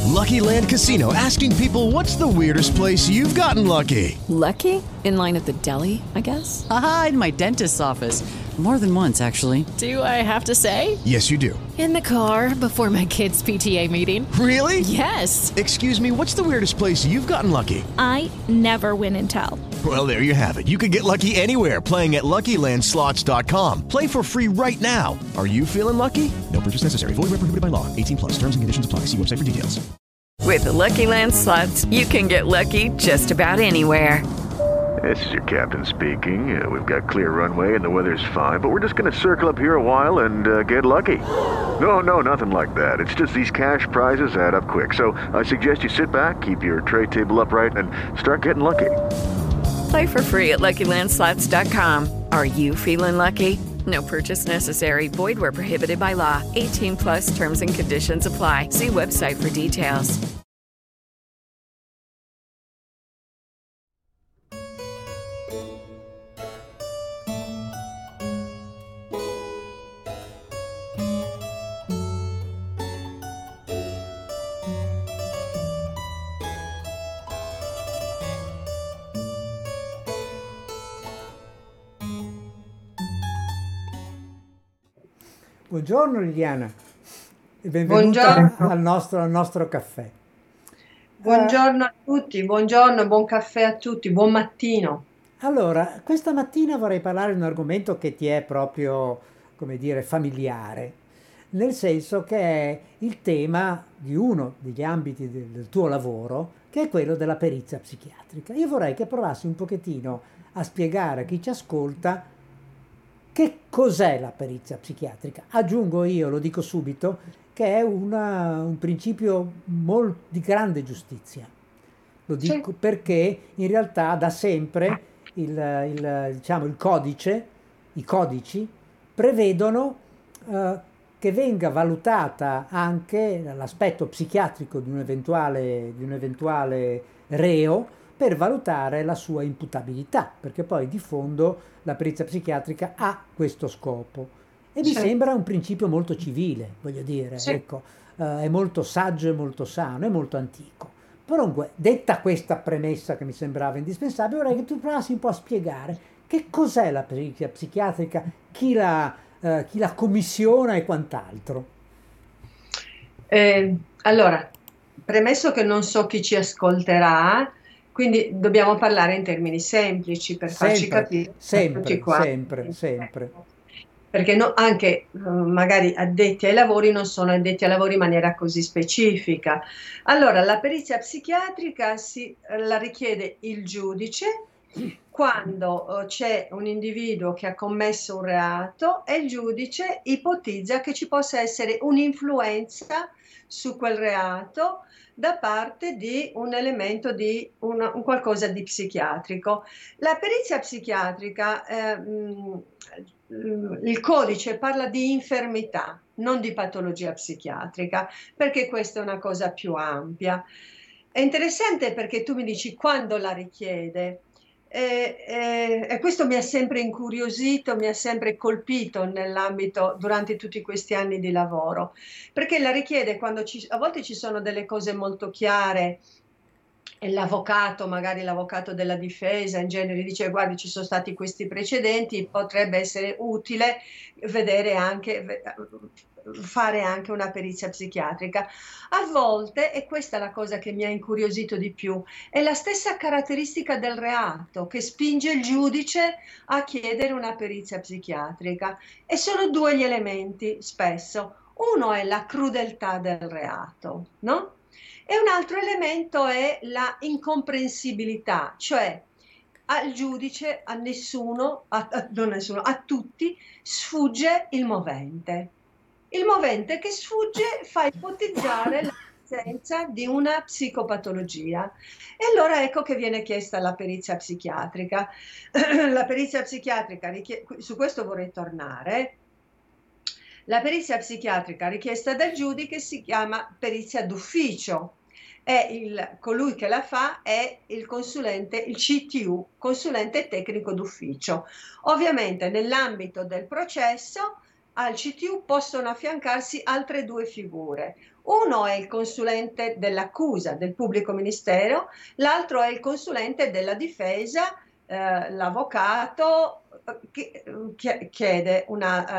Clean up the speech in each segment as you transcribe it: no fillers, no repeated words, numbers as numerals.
Lucky Land Casino, asking people, what's the weirdest place you've gotten lucky? Lucky? In line at the deli, I guess? Aha, in my dentist's office. More than once, actually. Do I have to say? Yes, you do. In the car before my kids' PTA meeting. Really? Yes. Excuse me, what's the weirdest place you've gotten lucky? I never win and tell. Well, there you have it. You can get lucky anywhere, playing at LuckyLandSlots.com. Play for free right now. Are you feeling lucky? No purchase necessary. Void where prohibited by law. 18 plus. Terms and conditions apply. See website for details. With the Lucky Land Slots, you can get lucky just about anywhere. This is your captain speaking. We've got clear runway and the weather's fine, but we're just going to circle up here a while and get lucky. No, nothing like that. It's just these cash prizes add up quick. So I suggest you sit back, keep your tray table upright, and start getting lucky. Play for free at LuckyLandSlots.com. Are you feeling lucky? No purchase necessary. Void where prohibited by law. 18 plus terms and conditions apply. See website for details. Buongiorno Liliana e benvenuta al nostro caffè. Buongiorno a tutti, buongiorno, buon caffè a tutti, buon mattino. Allora, questa mattina vorrei parlare di un argomento che ti è proprio, come dire, familiare, nel senso che è il tema di uno degli ambiti del tuo lavoro, che è quello della perizia psichiatrica. Io vorrei che provassi un pochettino a spiegare a chi ci ascolta che cos'è la perizia psichiatrica. Aggiungo io, lo dico subito, che è un principio di grande giustizia. Lo dico perché in realtà da sempre i codici prevedono che venga valutata anche l'aspetto psichiatrico di un eventuale reo per valutare la sua imputabilità, perché poi di fondo la perizia psichiatrica ha questo scopo. E mi sembra un principio molto civile, voglio dire, ecco, è molto saggio, è molto sano, è molto antico. Però, detta questa premessa che mi sembrava indispensabile, vorrei che tu provassi un po' a spiegare che cos'è la perizia psichiatrica, chi la commissiona e quant'altro. Allora, premesso che non so chi ci ascolterà, quindi dobbiamo parlare in termini semplici per farci capire tutti quanti. Sempre. Perché anche magari addetti ai lavori non sono addetti ai lavori in maniera così specifica. Allora, la perizia psichiatrica la richiede il giudice quando c'è un individuo che ha commesso un reato e il giudice ipotizza che ci possa essere un'influenza su quel reato da parte di un elemento di un qualcosa di psichiatrico. La perizia psichiatrica, il codice parla di infermità, non di patologia psichiatrica, perché questa è una cosa più ampia. È interessante perché tu mi dici quando la richiede. E questo mi ha sempre incuriosito, mi ha sempre colpito nell'ambito durante tutti questi anni di lavoro, perché la richiede quando a volte ci sono delle cose molto chiare e magari l'avvocato della difesa in genere dice guardi ci sono stati questi precedenti, potrebbe essere utile fare anche una perizia psichiatrica. A volte, e questa è la cosa che mi ha incuriosito di più, è la stessa caratteristica del reato che spinge il giudice a chiedere una perizia psichiatrica e sono due gli elementi spesso. Uno è la crudeltà del reato, no? E un altro elemento è la incomprensibilità, cioè al giudice, a tutti sfugge il movente. Il movente che sfugge fa ipotizzare la presenza di una psicopatologia. E allora ecco che viene chiesta la perizia psichiatrica. La perizia psichiatrica, su questo vorrei tornare. La perizia psichiatrica richiesta dal giudice si chiama perizia d'ufficio. Colui che la fa è il consulente, il CTU, consulente tecnico d'ufficio. Ovviamente nell'ambito del processo al CTU possono affiancarsi altre 2 figure. Uno è il consulente dell'accusa del pubblico ministero, l'altro è il consulente della difesa, l'avvocato che chiede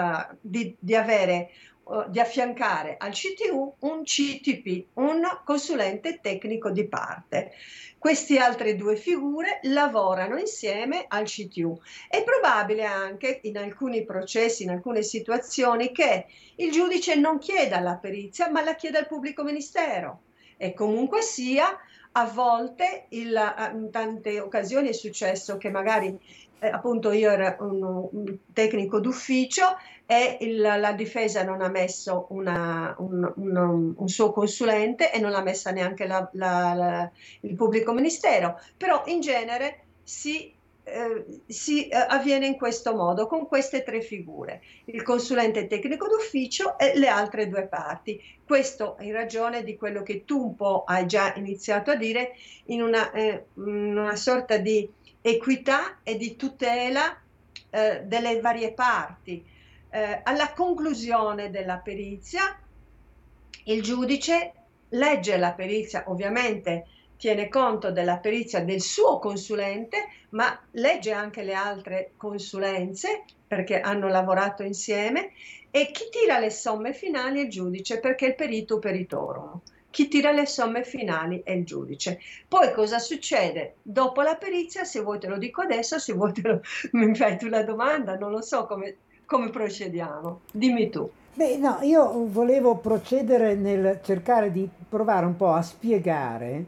di affiancare al CTU un CTP, un consulente tecnico di parte. Queste altre 2 figure lavorano insieme al CTU. È probabile anche in alcuni processi, in alcune situazioni, che il giudice non chieda la perizia, ma la chieda al pubblico ministero. E comunque sia, a volte, in tante occasioni è successo che magari appunto io ero un tecnico d'ufficio e la difesa non ha messo un suo consulente e non l'ha messa neanche il pubblico ministero, però in genere si avviene in questo modo, con queste 3 figure: il consulente tecnico d'ufficio e le altre 2 parti. Questo in ragione di quello che tu un po' hai già iniziato a dire, in una sorta di equità e di tutela delle varie parti. Alla conclusione della perizia, il giudice legge la perizia, ovviamente tiene conto della perizia del suo consulente, ma legge anche le altre consulenze perché hanno lavorato insieme, e chi tira le somme finali è il giudice, perché il perito peritorum. Chi tira le somme finali è il giudice. Poi cosa succede dopo la perizia? Se vuoi te lo dico adesso, se vuoi mi fai tu la domanda, non lo so come procediamo. Dimmi tu. Beh, no, io volevo procedere nel cercare di provare un po' a spiegare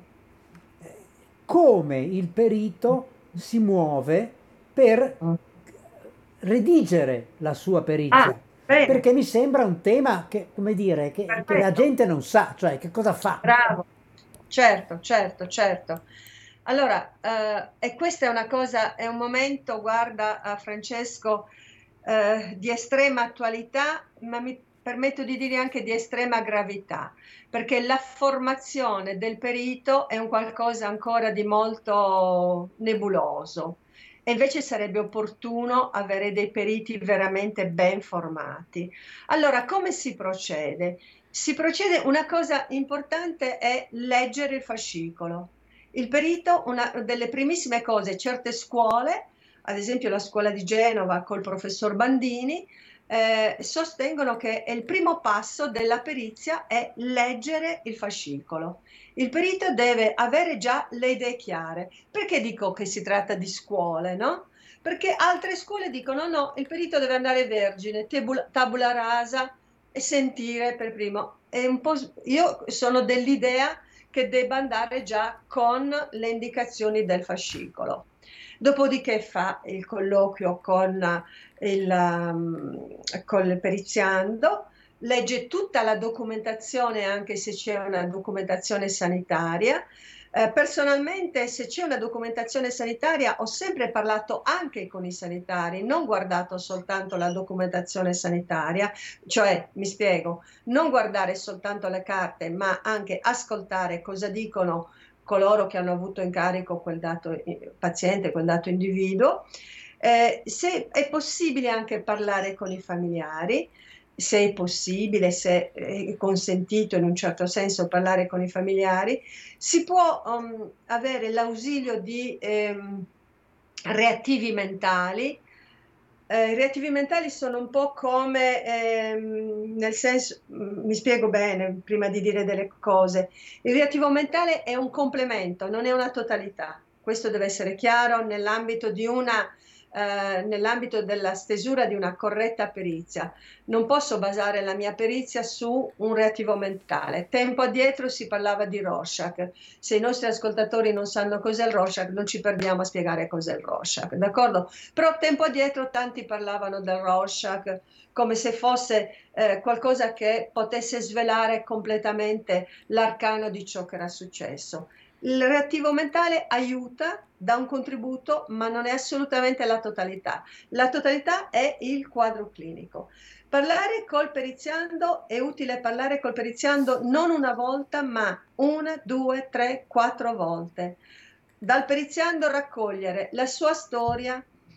come il perito si muove per redigere la sua perizia. Perché mi sembra un tema che, come dire, che la gente non sa, cioè che cosa fa. Bravo, certo. Allora, e questa è una cosa, è un momento, guarda, Francesco, di estrema attualità, ma mi permetto di dire anche di estrema gravità, perché la formazione del perito è un qualcosa ancora di molto nebuloso. E invece sarebbe opportuno avere dei periti veramente ben formati. Allora, come si procede? Una cosa importante è leggere il fascicolo. Il perito, una delle primissime cose, certe scuole, ad esempio la scuola di Genova col professor Bandini, sostengono che il primo passo della perizia è leggere il fascicolo. Il perito deve avere già le idee chiare. Perché dico che si tratta di scuole, no? Perché altre scuole dicono no, il perito deve andare vergine, tabula rasa e sentire per primo. Io sono dell'idea che debba andare già con le indicazioni del fascicolo. Dopodiché fa il colloquio con il periziando, legge tutta la documentazione, anche se c'è una documentazione sanitaria. Personalmente, se c'è una documentazione sanitaria, ho sempre parlato anche con i sanitari, non guardato soltanto la documentazione sanitaria, cioè, mi spiego, non guardare soltanto le carte, ma anche ascoltare cosa dicono coloro che hanno avuto in carico quel dato paziente, quel dato individuo. Se è possibile anche parlare con i familiari, se è possibile, se è consentito in un certo senso parlare con i familiari, si può avere l'ausilio di reattivi mentali. I reattivi mentali sono un po' come, nel senso, mi spiego bene prima di dire delle cose, il reattivo mentale è un complemento, non è una totalità. Questo deve essere chiaro nell'ambito della stesura di una corretta perizia. Non posso basare la mia perizia su un reattivo mentale. Tempo addietro si parlava di Rorschach. Se i nostri ascoltatori non sanno cos'è il Rorschach, non ci perdiamo a spiegare cos'è il Rorschach, d'accordo? Però tempo addietro tanti parlavano del Rorschach come se fosse qualcosa che potesse svelare completamente l'arcano di ciò che era successo. Il reattivo mentale aiuta, dà un contributo, ma non è assolutamente la totalità. La totalità è il quadro clinico. Parlare col periziando è utile parlare col periziando non una volta, ma 1, 2, 3, 4 volte. Dal periziando raccogliere la sua storia,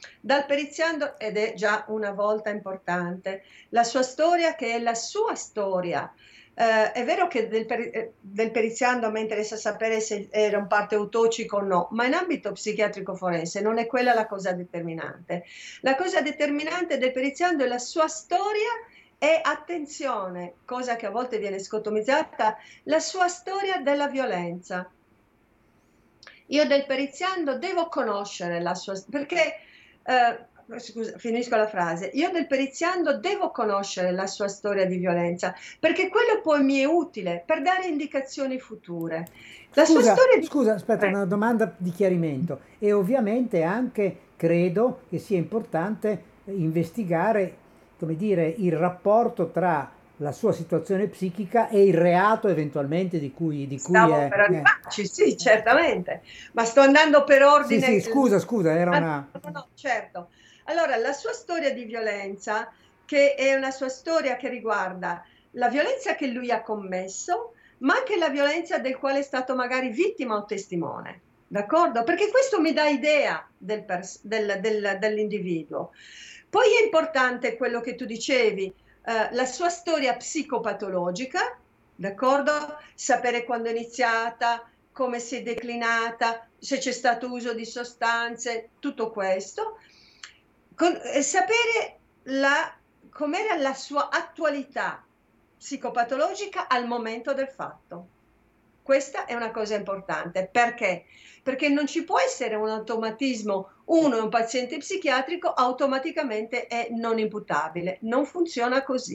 dal periziando, ed è già una volta importante, la sua storia che è la sua storia. È vero che del periziando a me interessa sapere se era un parte autocico o no, ma in ambito psichiatrico forense non è quella la cosa determinante. La cosa determinante del periziando è la sua storia e, attenzione, cosa che a volte viene scotomizzata, la sua storia della violenza. Io del periziando devo conoscere la sua perché scusa, finisco la frase. Io del periziando devo conoscere la sua storia di violenza, perché quello poi mi è utile per dare indicazioni future. La sua storia di... Scusa, aspetta, una domanda di chiarimento. E ovviamente anche credo che sia importante investigare, come dire, il rapporto tra la sua situazione psichica e il reato eventualmente di cui Stavo per arrivarci, sì, certamente, ma sto andando per ordine. Sì, scusa, era una... No, certo. Allora, la sua storia di violenza, che è una sua storia che riguarda la violenza che lui ha commesso, ma anche la violenza del quale è stato magari vittima o testimone, d'accordo? Perché questo mi dà idea dell'individuo. Poi è importante quello che tu dicevi, la sua storia psicopatologica, d'accordo? Sapere quando è iniziata, come si è declinata, se c'è stato uso di sostanze, tutto questo. Sapere com'era la sua attualità psicopatologica al momento del fatto. Questa è una cosa importante. Perché? Perché non ci può essere un automatismo, uno è un paziente psichiatrico, automaticamente è non imputabile. Non funziona così.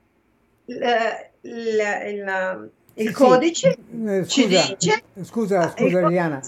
Il codice ci dice... Scusa Liliana,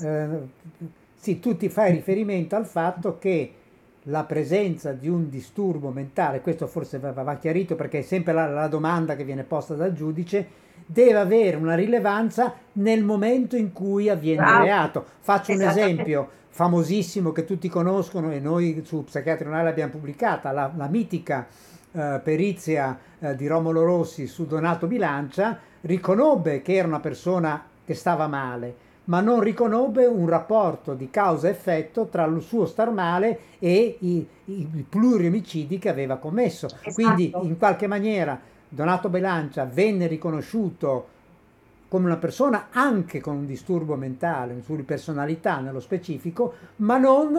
sì, tu ti fai riferimento al fatto che la presenza di un disturbo mentale, questo forse va chiarito perché è sempre la domanda che viene posta dal giudice, deve avere una rilevanza nel momento in cui avviene il reato. Faccio un esempio famosissimo che tutti conoscono e noi su Psichiatria Online l'abbiamo pubblicata, la mitica perizia di Romolo Rossi su Donato Bilancia. Riconobbe che era una persona che stava male, ma non riconobbe un rapporto di causa-effetto tra il suo star male e i pluriomicidi che aveva commesso. Esatto. Quindi in qualche maniera Donato Bilancia venne riconosciuto come una persona anche con un disturbo mentale, di personalità nello specifico, ma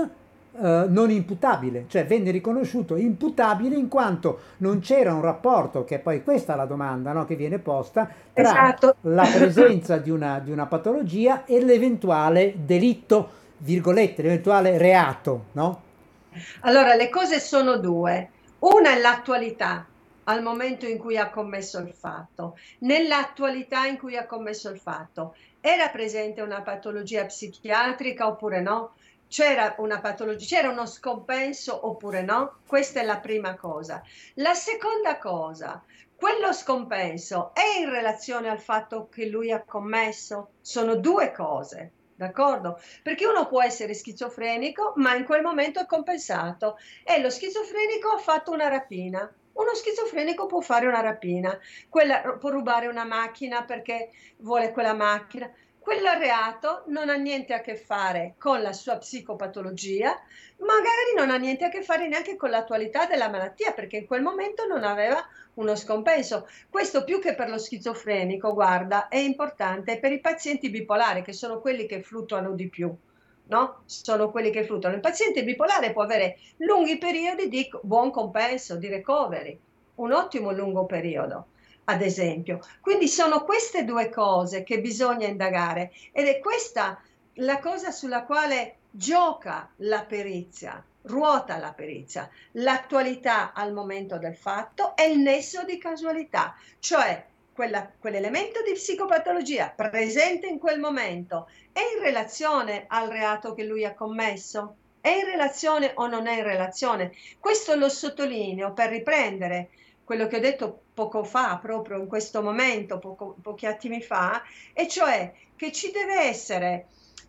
non imputabile, cioè venne riconosciuto imputabile in quanto non c'era un rapporto, che poi questa è la domanda, no, che viene posta, tra la presenza di una patologia e l'eventuale delitto, virgolette, l'eventuale reato, no? Allora, le cose sono due. Una è l'attualità, al momento in cui ha commesso il fatto. Nell'attualità in cui ha commesso il fatto, era presente una patologia psichiatrica oppure no? C'era una patologia, c'era uno scompenso oppure no? Questa è la prima cosa. La seconda cosa, quello scompenso è in relazione al fatto che lui ha commesso? Sono due cose, d'accordo? Perché uno può essere schizofrenico, ma in quel momento è compensato e lo schizofrenico ha fatto una rapina. Uno schizofrenico può fare una rapina, può rubare una macchina perché vuole quella macchina. Quel reato non ha niente a che fare con la sua psicopatologia, magari non ha niente a che fare neanche con l'attualità della malattia, perché in quel momento non aveva uno scompenso. Questo più che per lo schizofrenico, guarda, è importante per i pazienti bipolari, che sono quelli che fluttuano di più, no? Sono quelli che fluttuano. Il paziente bipolare può avere lunghi periodi di buon compenso, di recovery, un ottimo lungo periodo, ad esempio. Quindi sono queste due cose che bisogna indagare ed è questa la cosa sulla quale gioca la perizia, ruota la perizia, l'attualità al momento del fatto e il nesso di casualità, cioè quell'elemento di psicopatologia presente in quel momento è in relazione al reato che lui ha commesso? È in relazione o non è in relazione? Questo lo sottolineo per riprendere quello che ho detto poco fa, proprio in questo momento, pochi attimi fa, e cioè che ci deve essere,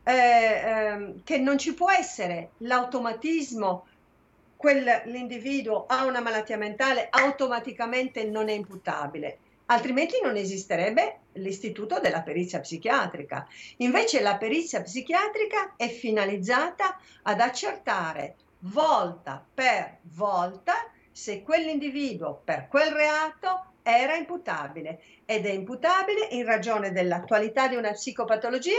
che non ci può essere l'automatismo, l'individuo ha una malattia mentale, automaticamente non è imputabile, altrimenti non esisterebbe l'istituto della perizia psichiatrica. Invece la perizia psichiatrica è finalizzata ad accertare volta per volta se quell'individuo per quel reato era imputabile, ed è imputabile in ragione dell'attualità di una psicopatologia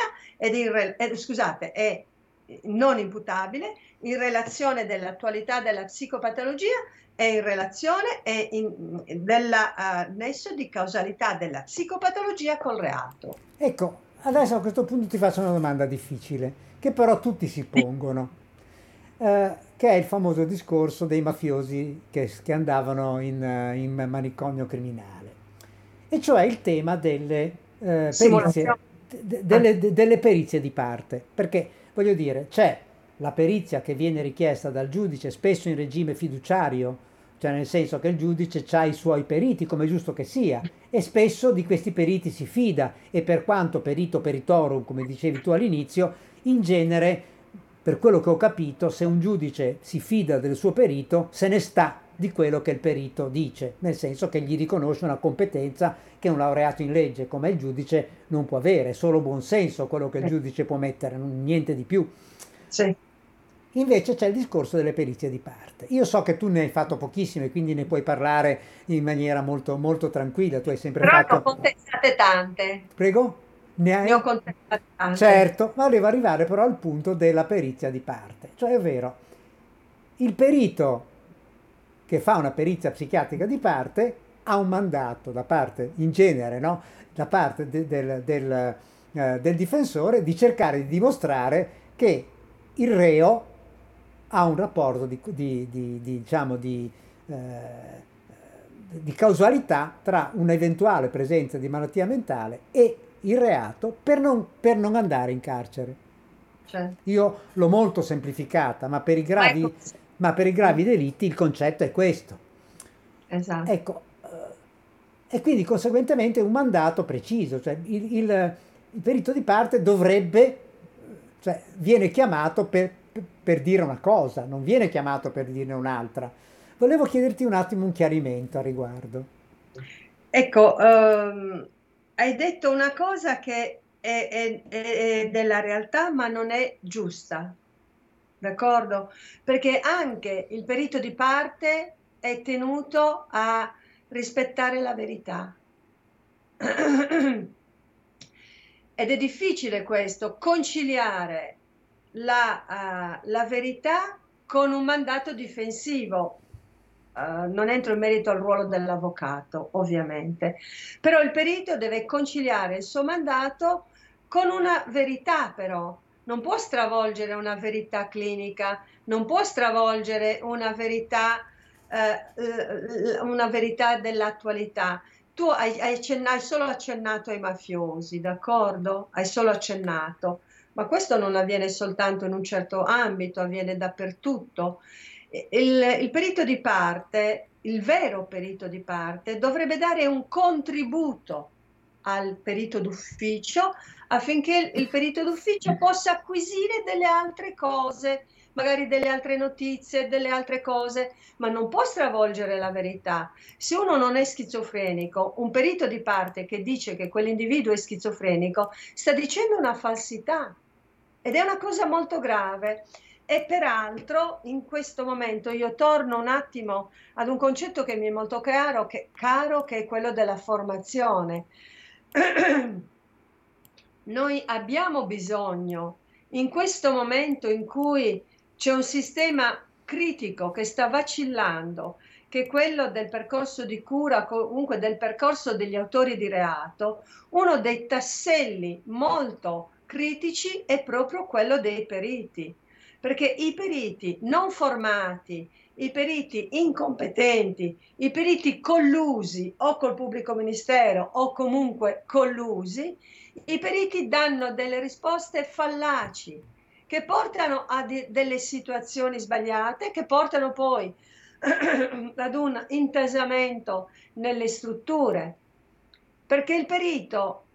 è non imputabile in relazione dell'attualità della psicopatologia e in relazione della nesso di causalità della psicopatologia col reato. Ecco, adesso a questo punto ti faccio una domanda difficile, che però tutti si pongono, che è il famoso discorso dei mafiosi che andavano in manicomio criminale, e cioè il tema delle perizie, delle perizie di parte, perché voglio dire, c'è la perizia che viene richiesta dal giudice, spesso in regime fiduciario, cioè nel senso che il giudice ha i suoi periti, come è giusto che sia, e spesso di questi periti si fida, e per quanto perito peritorum, come dicevi tu all'inizio, in genere, per quello che ho capito, se un giudice si fida del suo perito, se ne sta di quello che il perito dice, nel senso che gli riconosce una competenza che un laureato in legge come il giudice non può avere, è solo buonsenso quello che il giudice può mettere, niente di più. Sì. Invece c'è il discorso delle perizie di parte. Io so che tu ne hai fatto pochissime, quindi ne puoi parlare in maniera molto, molto tranquilla. Tu hai sempre Però fatto... ne ho contestate tante. Prego? Ne ho contestate tante. Certo, ma volevo arrivare però al punto della perizia di parte. Cioè, è vero, il perito che fa una perizia psichiatrica di parte ha un mandato da parte, in genere, no? Da parte del difensore di cercare di dimostrare che il reo ha un rapporto di causalità tra un'eventuale presenza di malattia mentale e il reato per non andare in carcere. Certo. Io l'ho molto semplificata, ma per i gravi delitti il concetto è questo. Esatto. Ecco, e quindi conseguentemente un mandato preciso, cioè il perito di parte dovrebbe, cioè viene chiamato per dire una cosa, non viene chiamato per dirne un'altra. Volevo chiederti un attimo un chiarimento a riguardo. Ecco, hai detto una cosa che è della realtà, ma non è giusta, d'accordo? Perché anche il perito di parte è tenuto a rispettare la verità. Ed è difficile questo, conciliare la verità con un mandato difensivo. Non entro in merito al ruolo dell'avvocato, ovviamente, però il perito deve conciliare il suo mandato con una verità, però non può stravolgere una verità clinica, non può stravolgere una verità dell'attualità. Tu hai solo accennato ai mafiosi, d'accordo? Hai solo accennato, ma questo non avviene soltanto in un certo ambito, avviene dappertutto. Il perito di parte, il vero perito di parte, dovrebbe dare un contributo al perito d'ufficio affinché il perito d'ufficio possa acquisire delle altre cose, magari delle altre notizie, delle altre cose, ma non può stravolgere la verità. Se uno non è schizofrenico, un perito di parte che dice che quell'individuo è schizofrenico sta dicendo una falsità, ed è una cosa molto grave. E peraltro in questo momento io torno un attimo ad un concetto che mi è molto caro, che è quello della formazione. Noi abbiamo bisogno, in questo momento in cui c'è un sistema critico che sta vacillando, che è quello del percorso di cura, comunque del percorso degli autori di reato, uno dei tasselli molto critici è proprio quello dei periti, perché i periti non formati, i periti incompetenti, i periti collusi o col pubblico ministero o comunque collusi, i periti danno delle risposte fallaci che portano a delle situazioni sbagliate, che portano poi ad un intasamento nelle strutture, perché il perito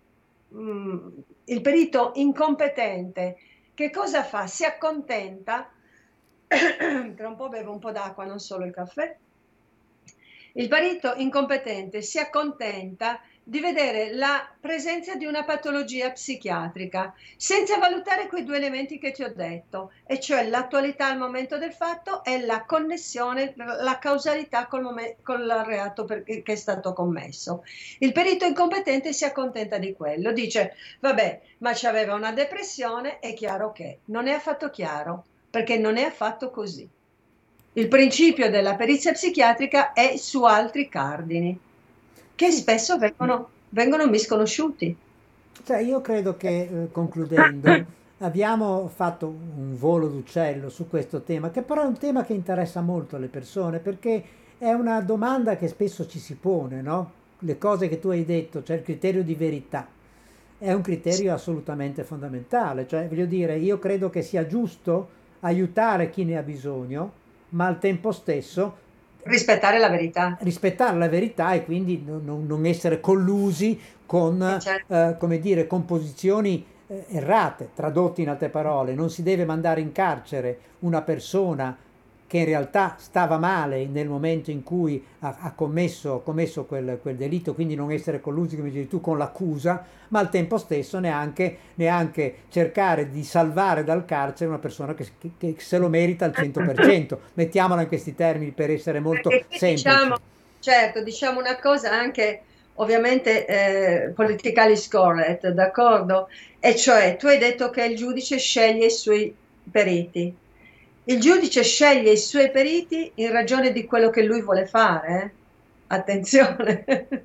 incompetente che cosa fa? Si accontenta, tra un po' bevo un po' d'acqua, non solo il caffè. Il perito incompetente si accontenta di vedere la presenza di una patologia psichiatrica, senza valutare quei due elementi che ti ho detto, e cioè l'attualità al momento del fatto e la connessione, la causalità col reato che è stato commesso. Il perito incompetente si accontenta di quello, dice, vabbè, ma c'aveva una depressione, è chiaro che non è affatto chiaro, perché non è affatto così. Il principio della perizia psichiatrica è su altri cardini, che spesso vengono misconosciuti. Cioè, io credo che, concludendo, abbiamo fatto un volo d'uccello su questo tema, che però è un tema che interessa molto alle persone, perché è una domanda che spesso ci si pone, no? Le cose che tu hai detto, cioè il criterio di verità, è un criterio assolutamente fondamentale. Cioè, voglio dire, io credo che sia giusto aiutare chi ne ha bisogno, ma al tempo stesso rispettare la verità. Rispettare la verità e quindi non essere collusi con, certo. come dire, con posizioni errate. Tradotte in altre parole, non si deve mandare in carcere una persona che in realtà stava male nel momento in cui ha commesso quel delitto, quindi non essere collusi, come dici tu, con l'accusa, ma al tempo stesso neanche cercare di salvare dal carcere una persona che se lo merita al 100%. Mettiamola in questi termini per essere molto semplici. Diciamo una cosa anche ovviamente politically correct, d'accordo? E cioè, tu hai detto che il giudice sceglie i suoi periti. Il giudice sceglie i suoi periti in ragione di quello che lui vuole fare. Attenzione,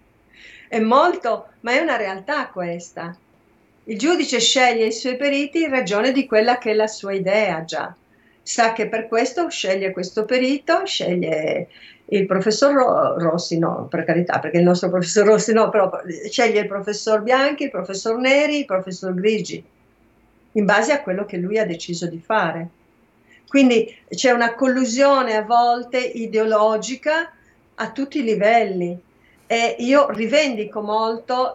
ma è una realtà questa. Il giudice sceglie i suoi periti in ragione di quella che è la sua idea già. Sa che per questo sceglie questo perito, sceglie il professor Rossi, no, per carità, perché il nostro professor Rossi no, però sceglie il professor Bianchi, il professor Neri, il professor Grigi, in base a quello che lui ha deciso di fare. Quindi c'è una collusione a volte ideologica a tutti i livelli, e io rivendico molto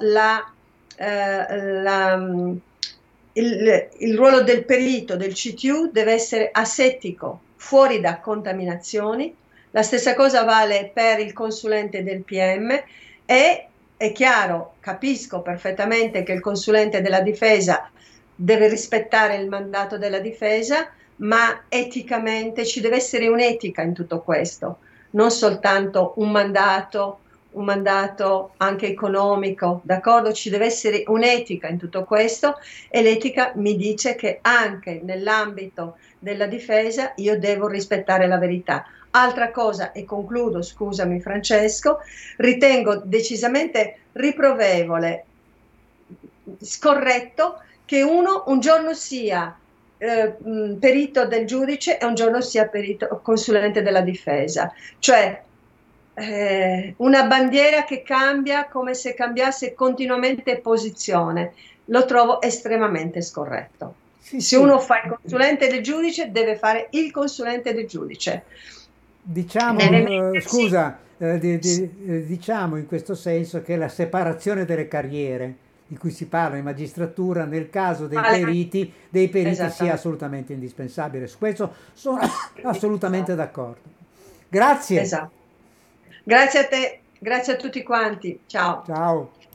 il ruolo del perito, del CTU deve essere asettico, fuori da contaminazioni. La stessa cosa vale per il consulente del PM, e è chiaro, capisco perfettamente che il consulente della difesa deve rispettare il mandato della difesa, ma eticamente ci deve essere un'etica in tutto questo, non soltanto un mandato anche economico, d'accordo? Ci deve essere un'etica in tutto questo, e l'etica mi dice che anche nell'ambito della difesa io devo rispettare la verità. Altra cosa, e concludo, scusami Francesco, ritengo decisamente riprovevole, scorretto, che uno un giorno sia perito del giudice e un giorno sia perito consulente della difesa, cioè una bandiera che cambia come se cambiasse continuamente posizione. Lo trovo estremamente scorretto. Se uno fa il consulente del giudice, deve fare il consulente del giudice. Diciamo, diciamo in questo senso che la separazione delle carriere di cui si parla in magistratura nel caso dei periti sia assolutamente indispensabile. Su questo sono assolutamente d'accordo. Grazie. Esatto. Grazie a te, grazie a tutti quanti. Ciao. Ciao.